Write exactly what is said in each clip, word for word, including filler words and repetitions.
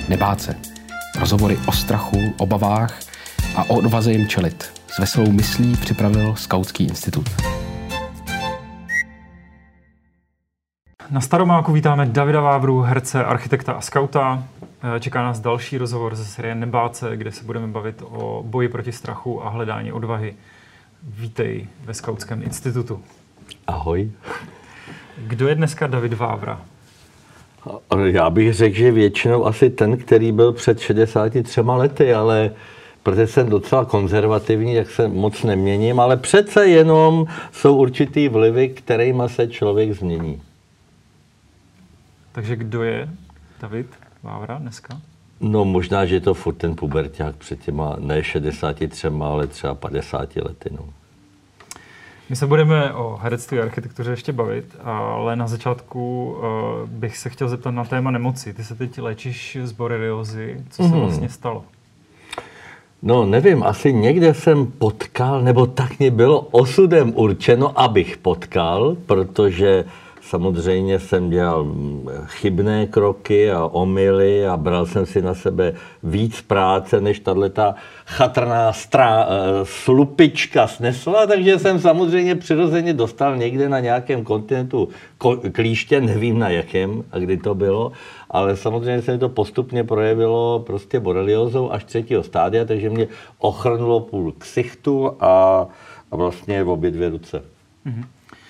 Nebát se. Rozhovory o strachu, obavách a o odvaze jim čelit. S veselou myslí připravil Skautský institut. Na Staromáku vítáme Davida Vávru, herce, architekta a skauta. Čeká nás další rozhovor ze série Nebát se, kde se budeme bavit o boji proti strachu a hledání odvahy. Vítej ve Skautském institutu. Ahoj. Kdo je dneska David Vávra? Já bych řekl, že většinou asi ten, který byl před šedesáti třemi lety, ale protože jsem docela konzervativní, tak se moc neměním, ale přece jenom jsou určitý vlivy, kterýma se člověk změní. Takže kdo je David Vávra dneska? No možná, že je to furt ten puberťák před těma ne šedesáti třemi, ale třeba padesáti lety. No. My se budeme o herectví a architektuře ještě bavit, ale na začátku uh, bych se chtěl zeptat na téma nemoci. Ty se teď léčíš z boreliózy. Co se mm. vlastně stalo? No nevím, asi někde jsem potkal, nebo tak mě bylo osudem určeno, abych potkal, protože samozřejmě jsem dělal chybné kroky a omyly a bral jsem si na sebe víc práce, než tato chatrná strá, slupička snesla, takže jsem samozřejmě přirozeně dostal někde na nějakém kontinentu klíště, nevím na jakém a kdy to bylo, ale samozřejmě se mi to postupně projevilo prostě boreliózou až třetího stádia, takže mě ochrnulo půl ksichtu a, a vlastně v obě dvě ruce. Mm-hmm.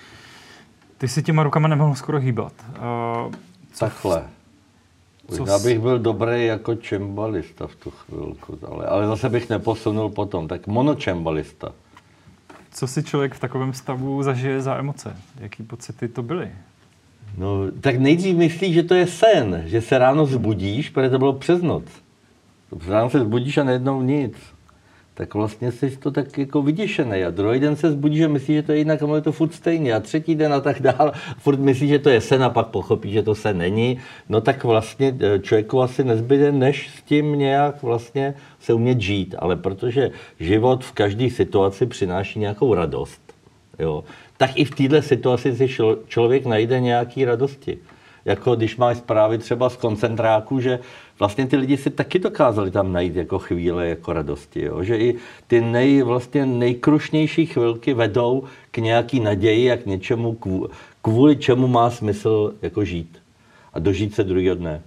Ty si těma rukama nemohl skoro hýbat. Uh, Takhle. Já bych byl dobrý jako čembalista v tu chvilku, ale, ale zase bych neposunul potom. Tak monočembalista. Co si člověk v takovém stavu zažije za emoce? Jaký pocity to byly? No, tak nejdřív myslíš, že to je sen, že se ráno zbudíš, protože to bylo přes noc. Ráno se zbudíš a najednou nic. Tak vlastně jsi to tak jako vyděšený. A druhý den se zbudíš a myslíš, že to je jinak, ale je to furt stejně. A třetí den a tak dál. Furt myslíš, že to je sen a pak pochopíš, že to sen není. No tak vlastně člověku asi nezbyde, než s tím nějak vlastně se umět žít. Ale protože život v každé situaci přináší nějakou radost, jo, tak i v této situaci si člověk najde nějaký radosti. Jako když máš zprávy třeba z koncentráku, že vlastně ty lidi si taky dokázali tam najít jako chvíle jako radosti. Jo? Že i ty nej, vlastně nejkrušnější chvilky vedou k nějaký naději a k něčemu, kvůli, kvůli čemu má smysl jako žít. A dožít se druhého dne.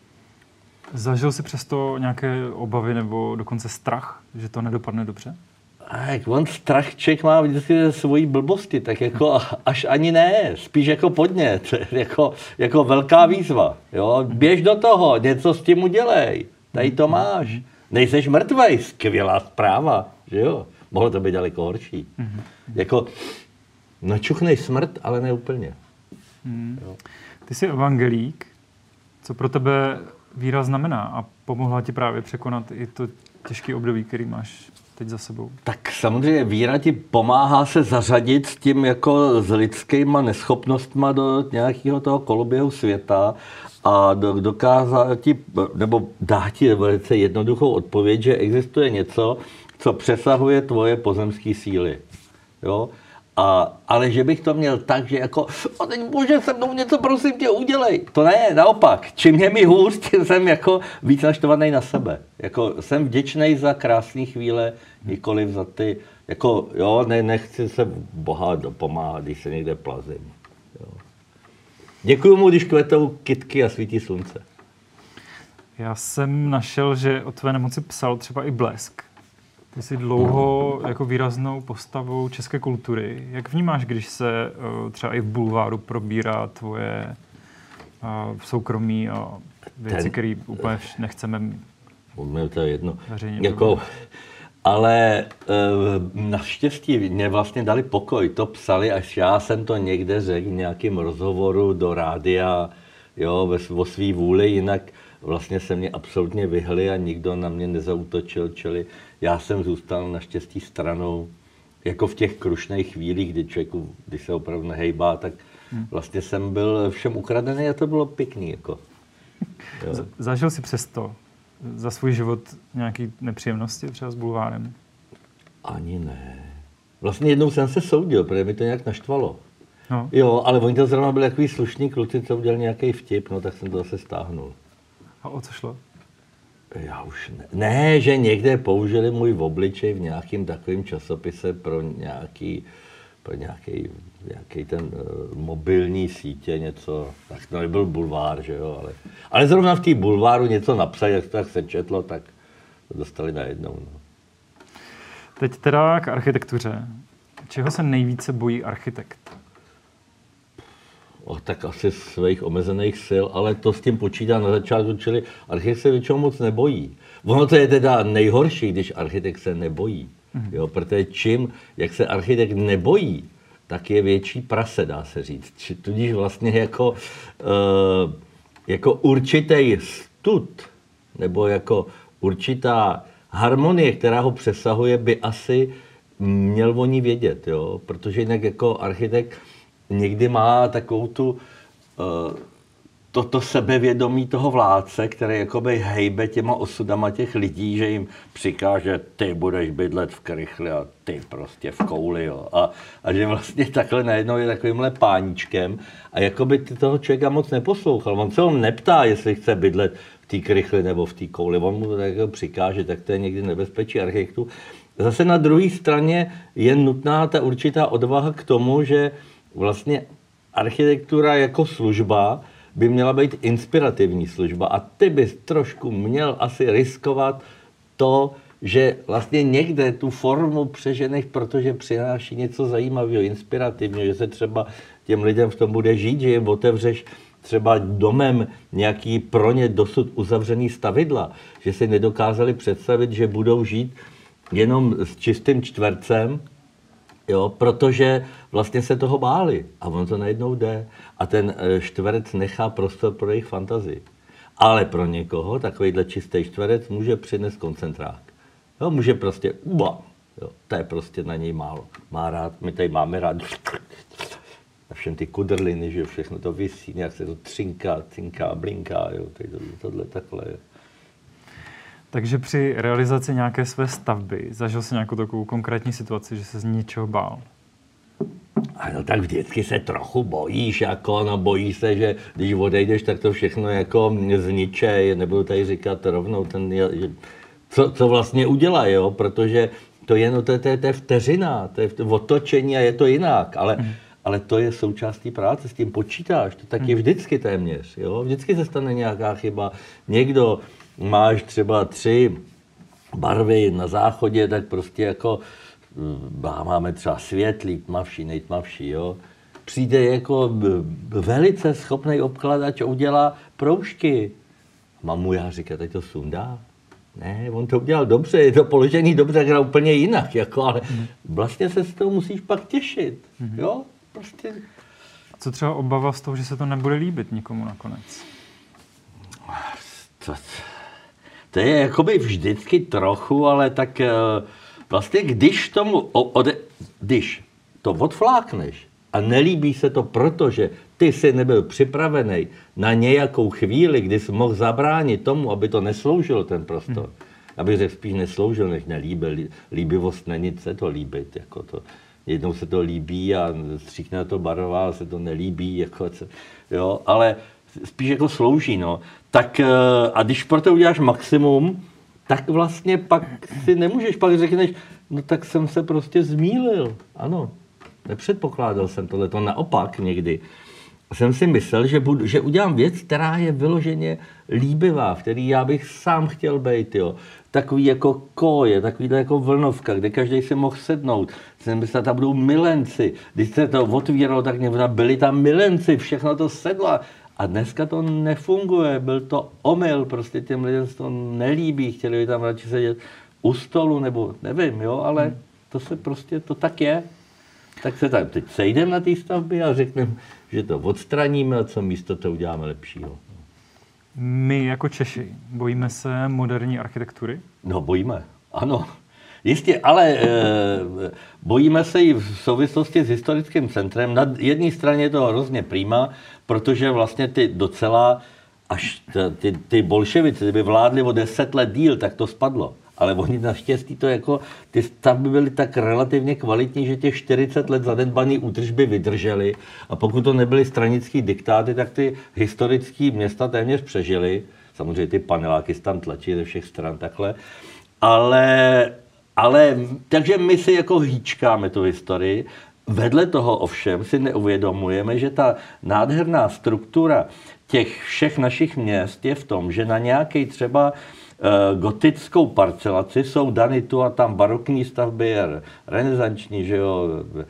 Zažil jsi přesto nějaké obavy nebo dokonce strach, že to nedopadne dobře? Tak on strach člověk má vždycky svojí blbosti, tak jako až ani ne, spíš jako podnět, jako, jako velká výzva. Jo? Běž do toho, něco s tím udělej, tady to máš. Nejseš mrtvej, skvělá zpráva, že jo? Mohlo to být daleko horší. Jako, načuchnej smrt, ale ne úplně. Jo. Ty jsi evangelík, co pro tebe víra znamená a pomohla ti právě překonat i to těžké období, který máš teď za sebou? Tak samozřejmě víra ti pomáhá se zařadit s tím jako s lidskýma neschopnostma do nějakého toho koloběhu světa a dokázá ti, nebo dá ti velice jednoduchou odpověď, že existuje něco, co přesahuje tvoje pozemské síly. Jo? A, ale že bych to měl tak, že jako, o teď může se mnou něco, prosím tě, udělej. To ne, naopak. Čím je mi hůř, tím jsem jako víc naštvaný na sebe. Jako jsem vděčný za krásné chvíle, nikoliv za ty, jako jo, ne, nechci se Boha dopomáhat, když se někde plazím. Jo. Děkuju mu, když kvetou kytky a svítí slunce. Já jsem našel, že o tvé nemoci psal třeba i Blesk. Ty jsi dlouho jako výraznou postavou české kultury. Jak vnímáš, když se uh, třeba i v bulváru probírá tvoje uh, soukromí a věci, které úplně nechceme to je jedno. veřejně jako, ale uh, naštěstí mě vlastně dali pokoj. To psali, až já jsem to někde řekl v nějakém rozhovoru do rádia, jo, ve, o svý vůli, jinak vlastně se mě absolutně vyhli a nikdo na mě nezautočil, čili já jsem zůstal naštěstí stranou, jako v těch krušných chvílích, kdy člověku, když se opravdu nehejbá, tak vlastně jsem byl všem ukradený a to bylo pěkný. Jako. Zažil jsi přesto za svůj život nějaké nepříjemnosti třeba s bulvárem? Ani ne. Vlastně jednou jsem se soudil, protože mi to nějak naštvalo. No. Jo, ale oni to zrovna byli takový slušní kluci, co udělali nějaký vtip, no tak jsem to zase stáhnul. A o co šlo? Já už ne. Ne, že někde použili můj obličej v nějakým takovým časopise pro nějaký, pro nějaký, nějaký ten uh, mobilní sítě, něco, tak to nebyl bulvár, že jo, ale, ale zrovna v té bulváru něco napsat, jak to tak se četlo, tak to dostali najednou. No. Teď teda k architektuře. Čeho se nejvíce bojí architekt? Oh, tak asi svých omezených sil, ale to s tím počítá na začátku, čili architekt se většinou moc nebojí. Ono to je teda nejhorší, když architekt se nebojí. Mm-hmm. Jo, protože čím, jak se architekt nebojí, tak je větší prase, dá se říct. Či tudíž vlastně jako, uh, jako určitý stud, nebo jako určitá harmonie, která ho přesahuje, by asi měl o ní vědět, jo? Protože jinak jako architekt někdy má takovou tu, uh, toto sebevědomí toho vládce, který jakoby hejbe těma osudama těch lidí, že jim přikáže, ty budeš bydlet v krychli a ty prostě v kouli, jo. A, a že vlastně takhle najednou je takovýmhle páníčkem a jakoby ty toho člověka moc neposlouchal. On se ho neptá, jestli chce bydlet v té krychli nebo v té kouli. On mu to tak jako přikáže, tak to je někdy nebezpečí architektu. Zase na druhé straně je nutná ta určitá odvaha k tomu, že vlastně architektura jako služba by měla být inspirativní služba a ty bys trošku měl asi riskovat to, že vlastně někde tu formu přeženeš, protože přináší něco zajímavého, inspirativního, že se třeba těm lidem v tom bude žít, že jim otevřeš třeba domem nějaký pro ně dosud uzavřený stavidla, že si nedokázali představit, že budou žít jenom s čistým čtvercem, jo, protože vlastně se toho báli a on to najednou jde a ten čtverec nechá prostor pro jejich fantazii. Ale pro někoho takovýhle čistý čtverec může přinést koncentrák. Jo, může prostě, uba, jo, to je prostě na něj málo. Má rád, my tady máme rád a všem ty kudrliny, že všechno to visí, nějak se to třinká, cinká, blinká, jo, tady tohle takhle. Jo. Takže při realizaci nějaké své stavby zažil jsi nějakou takovou konkrétní situaci, že se z něčeho bál? Ano, tak vždycky se trochu bojíš, jako, no bojíš se, že když odejdeš, tak to všechno jako zničej, nebudu tady říkat rovnou, ten, co, co vlastně udělá, jo, protože to je, no, to, to, to je vteřina, to je v otočení a je to jinak, ale, mm. ale to je součástí práce, s tím počítáš, to tak je vždycky téměř, jo, vždycky se stane nějaká chyba, někdo máš třeba tři barvy na záchodě, tak prostě jako máme třeba světlý, tmavší, nejtmavší, jo. Přijde jako velice schopný obkladač a udělá proužky. Mamu já říká, teď to sundá. Ne, on to udělal dobře, je to položený dobře, hra úplně jinak, jako, ale mm. vlastně se z toho musíš pak těšit, mm. jo, prostě. Co třeba obava z toho, že se to nebude líbit nikomu nakonec? To, to je jakoby vždycky trochu, ale tak vlastně když tomu, ode, když to odflákneš a nelíbí se to, protože ty jsi nebyl připravený na nějakou chvíli, kdy jsi mohl zabránit tomu, aby to nesloužilo ten prostor. Hmm. Aby řekl spíš nesloužil, než nelíbil. Líbivost není se to líbit. Jako to, jednou se to líbí a stříkne to barva, ale se to nelíbí. Jako, jo, ale spíš jako slouží. No. Tak a když pro to uděláš maximum, tak vlastně pak si nemůžeš, pak řekneš, no tak jsem se prostě zmýlil. Ano, nepředpokládal jsem tohle, to naopak někdy. Jsem si myslel, že, budu, že udělám věc, která je vyloženě líbivá, v který já bych sám chtěl být, jo. Takový jako koje, takový jako vlnovka, kde každý si mohl sednout. Jsem myslel, tam budou milenci. Když se to otvíralo, tak byli tam milenci, všechno to sedlo. A dneska to nefunguje, byl to omyl, prostě těm lidem se to nelíbí, chtěli by tam radši sedět u stolu, nebo nevím, jo, ale to se prostě, to tak je. Tak se tam teď sejdeme na té stavbě a řekneme, že to odstraníme a co místo to uděláme lepšího. My jako Češi bojíme se moderní architektury? No bojíme, ano. Jistě, ale e, bojíme se i v souvislosti s historickým centrem. Na jedné straně je to hrozně prima, protože vlastně ty docela, až ty, ty bolševici, kdyby vládli o deset let díl, tak to spadlo. Ale oni naštěstí to jako, ty stavby byly tak relativně kvalitní, že těch čtyřicet let zanedbaný údržby vydržely. A pokud to nebyly stranické diktáty, tak ty historické města téměř přežily. samozřejmě ty paneláky se tam tlačí ze všech stran takhle, ale, ale takže my si jako hýčkáme tu historii. Vedle toho ovšem si neuvědomujeme, že ta nádherná struktura těch všech našich měst je v tom, že na nějaký třeba e, gotickou parcelaci jsou dany tu a tam barokní stavby, renesanční, že jo, e,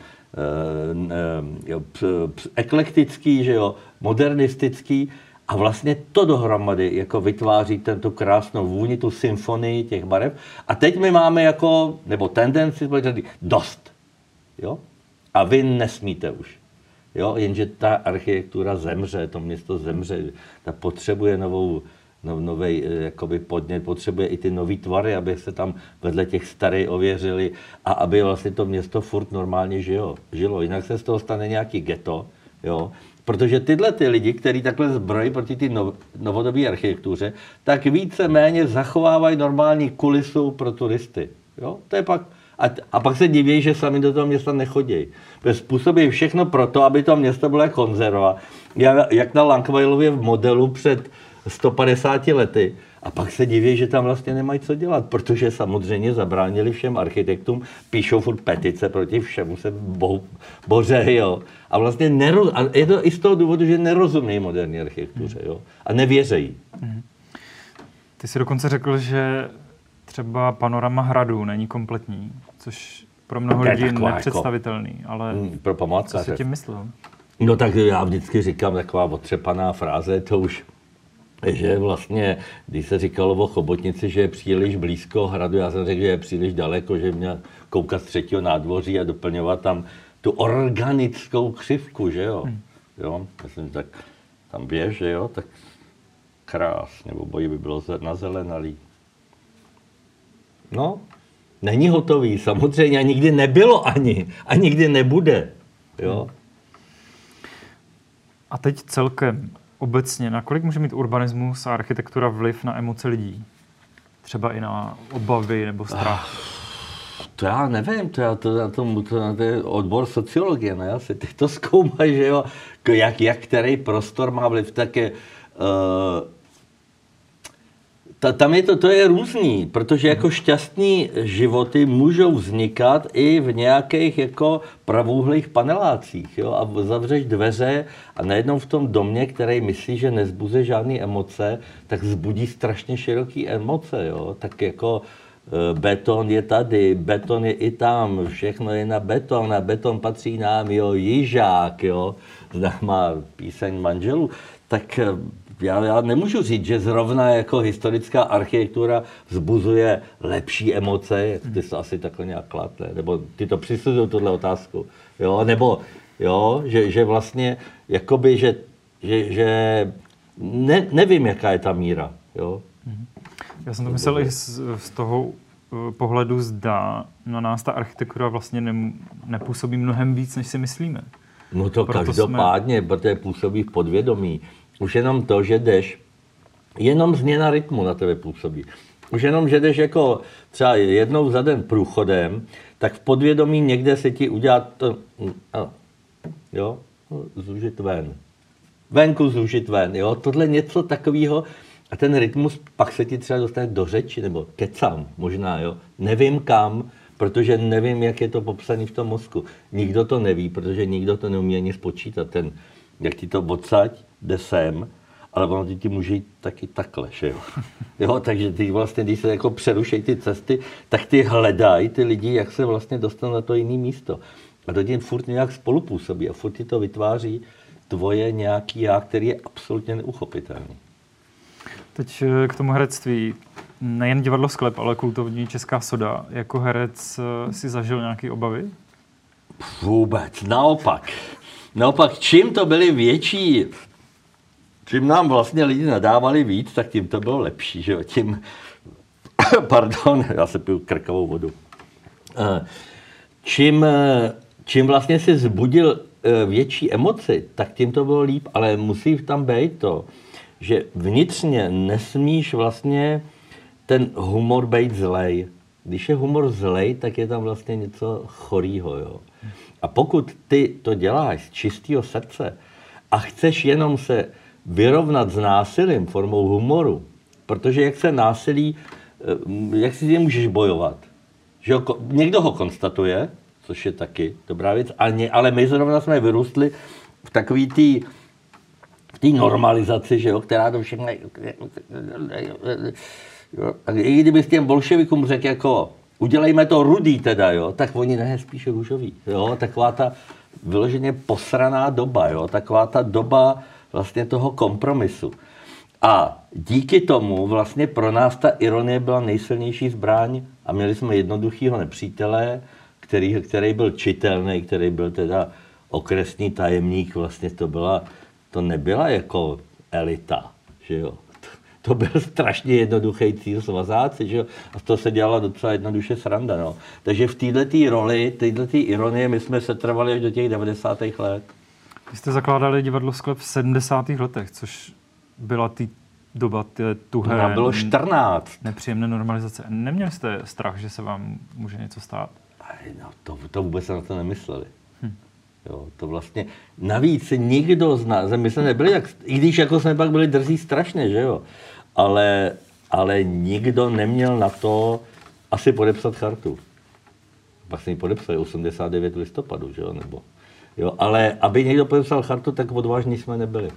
e, jo p, p, eklektický, že jo, modernistický a vlastně to dohromady jako vytváří tento krásnou vůni, tu symfonii těch barev. A teď my máme jako, nebo tendenci, dost, jo. A vy nesmíte už. Jo? Jenže ta architektura zemře, to město zemře, ta potřebuje novou, no, novej jakoby podnět, potřebuje i ty nový tvary, aby se tam vedle těch starých ověřili a aby vlastně to město furt normálně žilo. žilo. Jinak se z toho stane nějaký ghetto, jo? Protože tyhle ty lidi, kteří takhle zbrojí proti ty no, novodobé architektuře, tak více-méně zachovávají normální kulisu pro turisty. Jo? To je pak A, a pak se diví, že sami do toho města nechodí. Způsobí všechno proto, aby to město bylo jako konzerva, jak na Langweilově v modelu před sto padesáti lety. A pak se diví, že tam vlastně nemají co dělat, protože samozřejmě zabránili všem architektům, píšou furt petice proti všemu, se bo, boře, jo. A vlastně neroz, a je to i z toho důvodu, že nerozumí moderní architektuře, jo. A nevěřejí. Ty jsi dokonce řekl, že třeba panorama hradu není kompletní, což pro mnoho lidí je nepředstavitelný, jako, ale pro památkáře. Co jsi tím myslel? No tak já vždycky říkám taková otřepaná fráze, to už, že vlastně, když se říkalo o Chobotnici, že je příliš blízko hradu, já jsem řekl, že je příliš daleko, že měl koukat z třetího nádvoří a doplňovat tam tu organickou křivku, že jo. Hmm. Jo, myslím, tak tam běž, že jo, tak krásně, obojí by bylo nazelenalý. No, není hotový, samozřejmě, a nikdy nebylo ani, a nikdy nebude, jo. A teď celkem obecně, nakolik může mít urbanismus a architektura vliv na emoce lidí? Třeba i na obavy nebo strach? To já nevím, to, já, to, to, to, to je odbor sociologie, ne? Asi ty to zkoumají, že jo, jak, jak který prostor má vliv, tak je... Uh, Ta, tam je to, to je různý, protože jako šťastní životy můžou vznikat i v nějakých jako pravouhlých panelácích, jo, a zavřeš dveře a najednou v tom domě, který myslí, že nezbuzuje žádné emoce, tak zbudí strašně široké emoce, jo, tak jako e, beton je tady, beton je i tam, všechno je na beton, a beton patří nám, jo, Jižák, jo, známá píseň manželů, tak Já, já nemůžu říct, že zrovna jako historická architektura vzbuzuje lepší emoce, ty se asi takhle nějak kladne, nebo ty to přisuzují tuhle otázku, jo, nebo jo, že, že vlastně, jakoby, že, že, že ne, nevím, jaká je ta míra, jo. Já jsem to myslel i z, z toho pohledu, zda na nás ta architektura vlastně ne, nepůsobí mnohem víc, než si myslíme. No to proto každopádně, jsme... protože působí v podvědomí. Už jenom to, že jdeš, jenom změna rytmu na tebe působí. Už jenom, že jdeš jako třeba jednou za den průchodem, tak v podvědomí někde se ti udělá to, jo, zúžit ven. Venku zúžit ven, jo, tohle něco takového a ten rytmus pak se ti třeba dostane do řeči, nebo kecám možná, jo, nevím kam, protože nevím, jak je to popsané v tom mozku. Nikdo to neví, protože nikdo to neumí ani spočítat, ten, jak ti to odsaď, jde sem, ale ono ti může jít taky takhle, že jo. jo. Takže ty vlastně, když se jako přerušejí ty cesty, tak ty hledají ty lidi, jak se vlastně dostanou na to jiné místo. A to tím furt nějak spolupůsobí a furt ti to vytváří tvoje nějaký já, který je absolutně neuchopitelný. Teď k tomu herectví. Nejen divadlo Sklep, ale kultovní Česká soda. Jako herec si zažil nějaké obavy? Vůbec, naopak. Naopak, čím to byly větší, čím nám vlastně lidi nadávali víc, tak tím to bylo lepší, že jo, tím, pardon, já se piju krkavou vodu. Čím, čím vlastně si zbudil větší emoci, tak tím to bylo líp, ale musí tam být to, že vnitřně nesmíš vlastně ten humor být zlej. Když je humor zlej, tak je tam vlastně něco chorýho, jo. A pokud ty to děláš z čistého srdce a chceš jenom se vyrovnat s násilím formou humoru, Protože jak se násilí, jak si s tím můžeš bojovat? Že ho, někdo ho konstatuje, což je taky dobrá věc, ale my zrovna jsme vyrůstli v takový tý, v té normalizaci, že jo, která to všechno... Jo, a i kdyby s těm bolševikům řekl jako, udělejme to rudý teda, jo, tak oni ne, spíš růžový, jo, taková ta vyloženě posraná doba, jo, taková ta doba vlastně toho kompromisu. A díky tomu vlastně pro nás ta ironie byla nejsilnější zbraň a měli jsme jednoduchýho nepřítele, který, který byl čitelný, který byl teda okresní tajemník, vlastně to byla, to nebyla jako elita, že jo. To byl strašně jednoduchý cíl svazáci, že jo? A to se dělala docela jednoduše sranda, no. Takže v této roli, této ironie, my jsme se trvali až do těch devadesátých let. Vy jste zakládali divadlo Sklep v sedmdesátých letech, což byla ty doba té tuhé... Nám bylo čtrnáct. Nepříjemné normalizace. Neměli jste strach, že se vám může něco stát? Aj, no, to, to vůbec se na to nemysleli. Hm. Jo, to vlastně... Navíc nikdo z nás, my jsme nebyli, jak, i když jako jsme pak byli drzí strašně, že jo, ale, ale nikdo neměl na to asi podepsat chartu. Vlastně ji podepsali osmdesát devět listopadu, že jo, nebo... Jo, ale aby někdo podepsal chartu, tak odvážní jsme nebyli.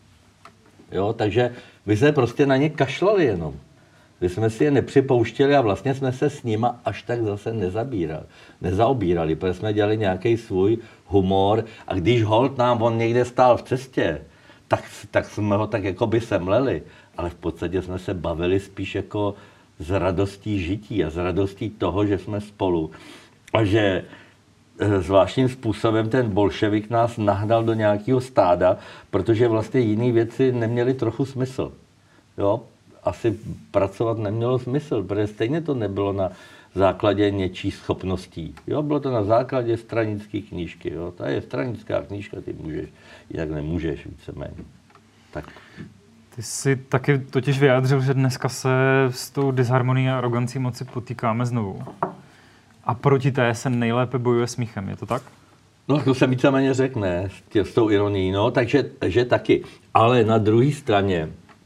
Jo, takže vy se prostě na ně kašlali jenom. Vy jsme si je nepřipouštěli a vlastně jsme se s nima až tak zase nezabírali, nezaobírali, protože jsme dělali nějaký svůj humor a když holt nám on někde stál v cestě, tak, tak jsme ho tak jako by semleli, ale v podstatě jsme se bavili spíš jako z radostí žití a z radostí toho, že jsme spolu. A že zvláštním způsobem ten bolševik nás nahnal do nějakého stáda, protože vlastně jiné věci neměly trochu smysl. Jo? Asi pracovat nemělo smysl, protože stejně to nebylo na základě něčí schopností. Jo? Bylo to na základě stranické knížky. Jo? Ta je stranická knížka, ty můžeš, jinak nemůžeš víceméně. Tak. Ty jsi taky totiž vyjádřil, že dneska se s tou disharmonií a arogancí moci potýkáme znovu. A proti té se nejlépe bojuje smíchem, je to tak? No, to se víceméně řekne s, s tou ironií, no, takže že taky. Ale na druhé straně,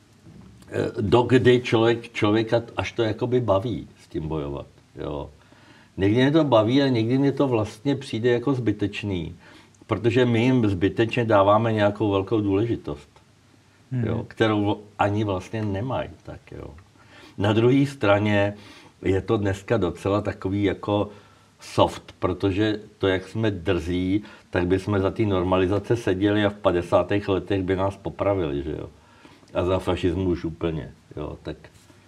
dokdy člověk, člověka až to jakoby baví s tím bojovat, jo. Někdy mě to baví a někdy mě to vlastně přijde jako zbytečný, protože my jim zbytečně dáváme nějakou velkou důležitost, hmm. jo, kterou ani vlastně nemají, tak jo. Na druhé straně je to dneska docela takový jako soft, protože to, jak jsme drzí, tak bychom za té normalizace seděli a v padesátých letech by nás popravili, že jo. A za fašismu už úplně, jo, tak.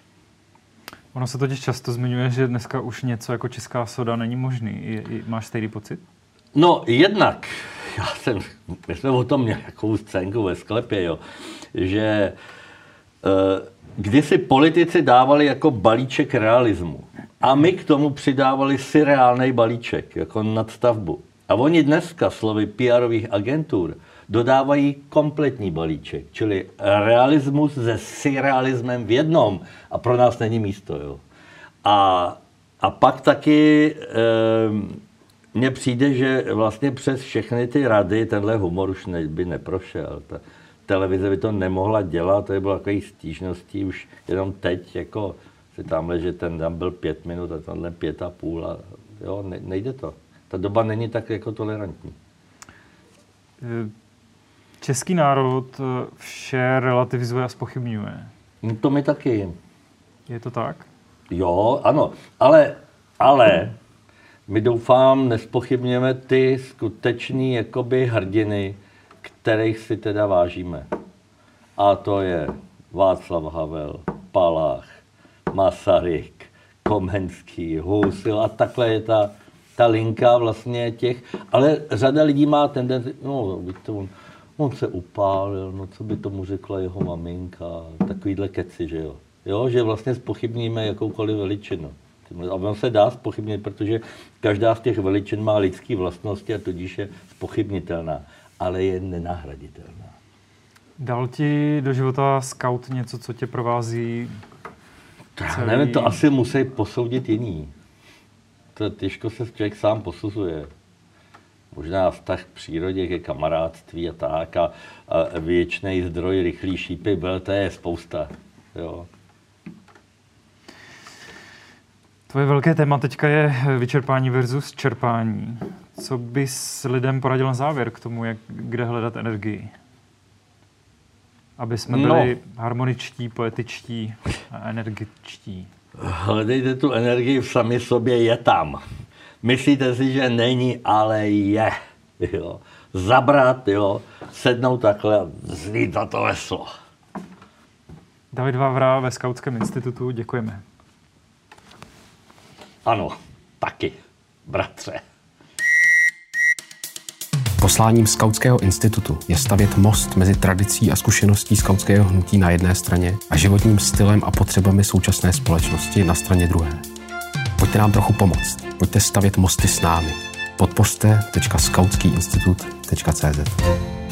Ono se totiž často zmiňuje, že dneska už něco jako česká soda není možný. Je, je, máš stejný pocit? No, jednak, já jsem, my jsme o tom měli nějakou scénku ve sklepě, jo, že uh, kdysi politici dávali jako balíček realismu a my k tomu přidávali si reálnej balíček, jako nadstavbu. A oni dneska slovy P R-ových agentur dodávají kompletní balíček, čili realismus se surrealismem v jednom a pro nás není místo. Jo. A, a pak taky e, mně přijde, že vlastně přes všechny ty rady tenhle humor už ne, by neprošel. Ta televize by to nemohla dělat, to by bylo takových stížností už jenom teď, jako si tamhle, že ten tam byl pět minut a tenhle pět a půl a jo, ne, nejde to. Ta doba není tak jako tolerantní. Český národ vše relativizuje a zpochybňuje. No to my taky. Je to tak? Jo, ano, ale, ale my doufám, nespochybněme ty skutečný jakoby hrdiny, kterých si teda vážíme. A to je Václav Havel, Palach, Masaryk, Komenský, Husil a takhle je ta, ta linka vlastně těch, ale řada lidí má tendenci, no, on, on se upálil, no co by tomu řekla jeho maminka, takovýhle keci, že jo. Jo, že vlastně zpochybníme jakoukoliv veličinu. A on se dá zpochybnit, protože každá z těch veličin má lidské vlastnosti a tudíž je zpochybnitelná, ale je nenahraditelná. Dal ti do života scout něco, co tě provází? Celý... Nevím, to asi musí posoudit jiný. To těžko se člověk sám posuzuje. Možná vztah k přírodě, ke kamarádství a tak a, a věčný zdroj rychlý šípy byl, to je spousta. Jo. Tvoje velké téma teďka je vyčerpání versus čerpání. Co bys lidem poradil na závěr k tomu, jak, kde hledat energii? Aby jsme byli no. harmoničtí, poetičtí a energičtí. Hledejte tu energii v sami sobě, je tam. Myslíte si, že není, ale je. Jo. Zabrat, jo, sednout takhle a vzít za to veslo. David Vávra ve Skautském institutu, děkujeme. Ano, taky, bratře. Posláním Skautského institutu je stavět most mezi tradicí a zkušeností skautského hnutí na jedné straně a životním stylem a potřebami současné společnosti na straně druhé. Pojďte nám trochu pomoct. Pojďte stavět mosty s námi. Podpořte tečka skautský institut tečka cé zet.